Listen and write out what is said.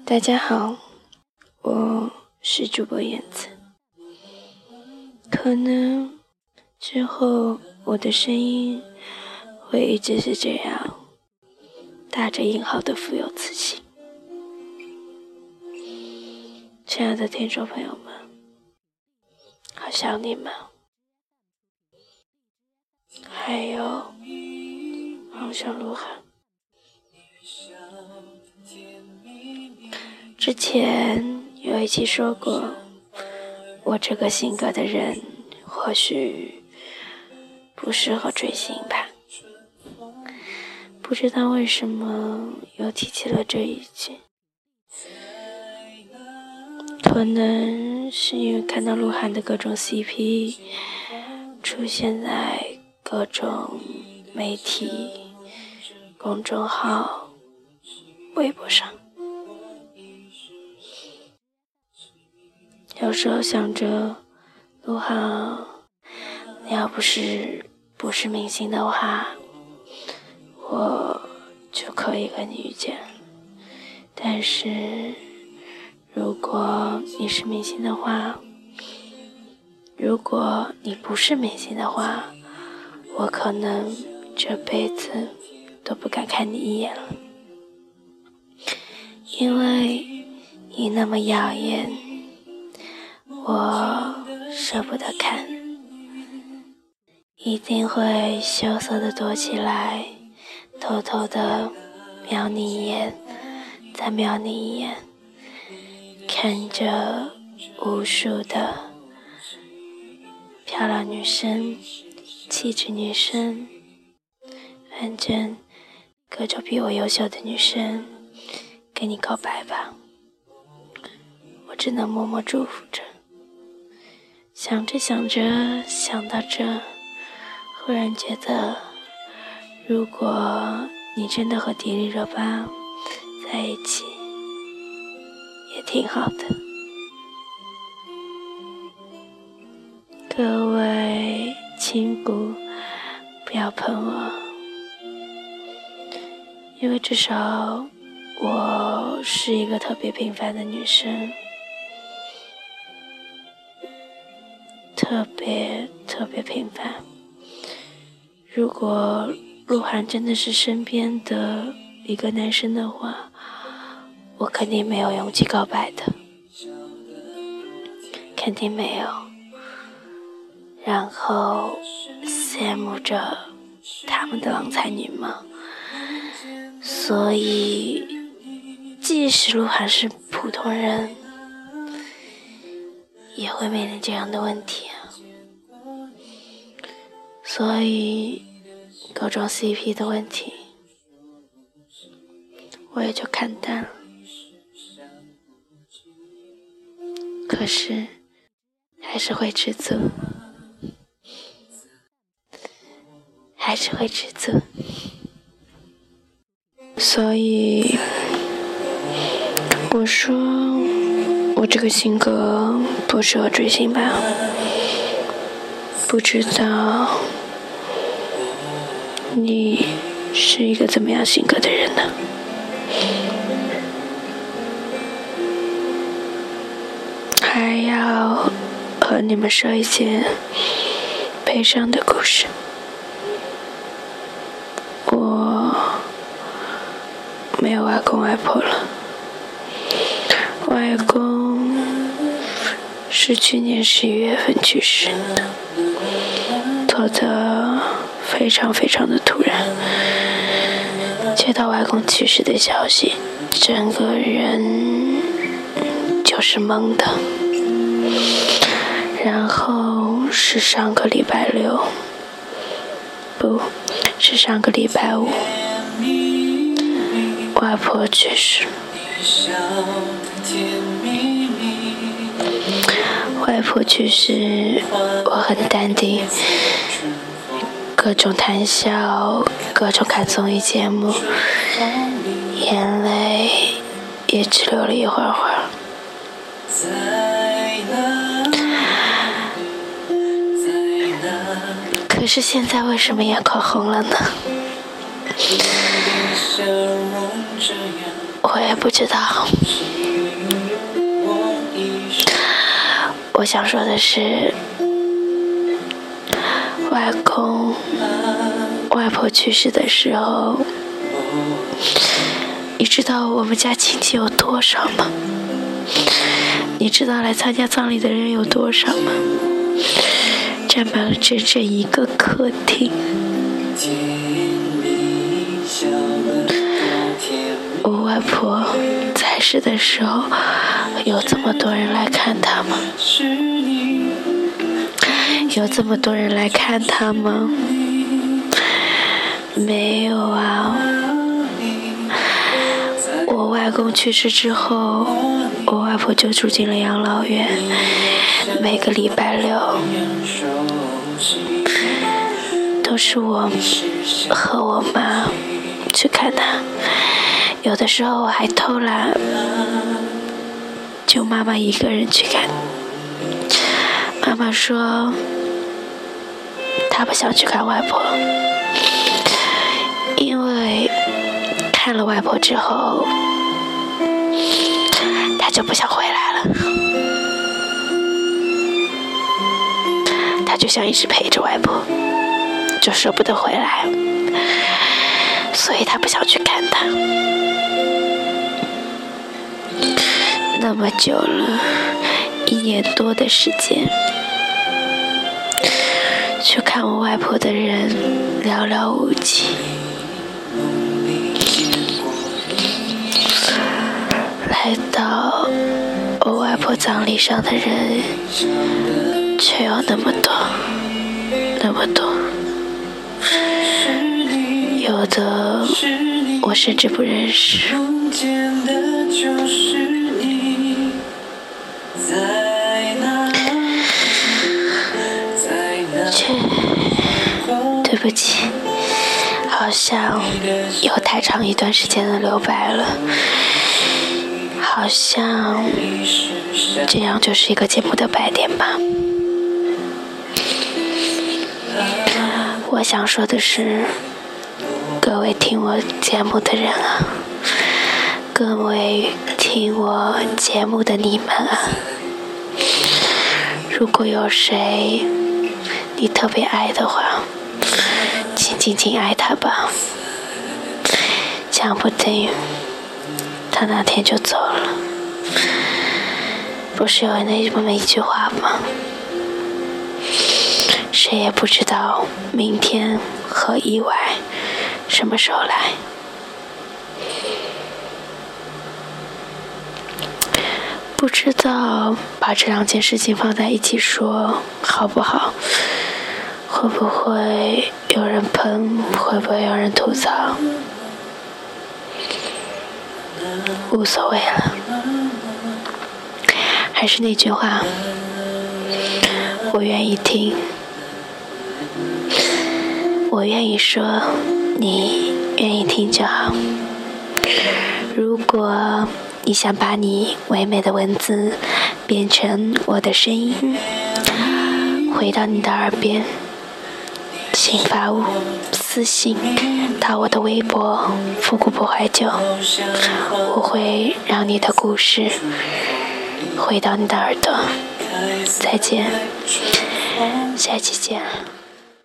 大家好，我是主播燕子。可能之后我的声音会一直是这样，打着引号的富有磁性。亲爱的听众朋友们，好想你们，还有好想鹿晗。之前有一期说过，我这个性格的人或许不适合追星吧，不知道为什么又提起了这一句，可能是因为看到鹿晗的各种 CP 出现在各种媒体、公众号、微博上，有时候想着鹿晗，你要不是明星的话，我就可以跟你遇见。但是如果你是明星的话，如果你不是明星的话，我可能这辈子都不敢看你一眼了，因为你那么耀眼，我舍不得看，一定会羞涩地躲起来，偷偷地瞄你一眼，再瞄你一眼，看着无数的漂亮女生、气质女生，反正各种比我优秀的女生跟你告白吧，我只能默默祝福着。想着想着，想到这，忽然觉得，如果你真的和迪丽热巴在一起，也挺好的。各位亲骨，不要喷我，因为至少我是一个特别平凡的女生，特别平凡。如果鹿晗真的是身边的一个男生的话，我肯定没有勇气告白的，肯定没有。然后羡慕着他们的郎才女貌，所以即使鹿晗是普通人，也会面临这样的问题啊。所以各种 CP 的问题我也就看淡了，可是还是会知足，还是会知足。所以我说我这个性格不适合追星吧，不知道你是一个怎么样性格的人呢？还要和你们说一些悲伤的故事。我没有外公外婆了，外公是去年11月份去世的，走得非常的突然。接到外公去世的消息，整个人就是懵的。然后是上个礼拜六，不是上个礼拜五，外婆去世。外婆去世，我很淡定，各种谈笑，各种看综艺节目，眼泪也只流了一会儿。可是现在为什么眼眶红了呢？ 我也不知道。我想说的是，外公外婆去世的时候，你知道我们家亲戚有多少吗？你知道来参加葬礼的人有多少吗？占满了整整一个客厅。我外婆在世的时候，有这么多人来看她吗？有这么多人来看她吗？没有啊。我外公去世之后，我外婆就住进了养老院，每个礼拜六都是我和我妈去看她。有的时候我还偷懒，就妈妈一个人去看。妈妈说她不想去看外婆，因为看了外婆之后，她就不想回来了，她就想一直陪着外婆，就舍不得回来，所以她不想去看她。那么久了，1年多的时间，去看我外婆的人寥寥无几。来到我外婆葬礼上的人却有那么多那么多，有的我甚至不认识。对不起，好像有太长一段时间的留白了，好像这样就是一个节目的白点吧。我想说的是，各位听我节目的人啊，各位听我节目的你们啊，如果有谁你特别爱的话，请紧紧爱他吧，讲不定他那天就走了。不是有那么一句话吗？谁也不知道明天和意外什么时候来。不知道把这2件事情放在一起说好不好？会不会有人喷？会不会有人吐槽？无所谓了。还是那句话，我愿意听，我愿意说，你愿意听就好。如果你想把你唯美的文字变成我的声音，回到你的耳边，请发私信到我的微博复古不怀旧，我会让你的故事回到你的耳朵。再见，下期见。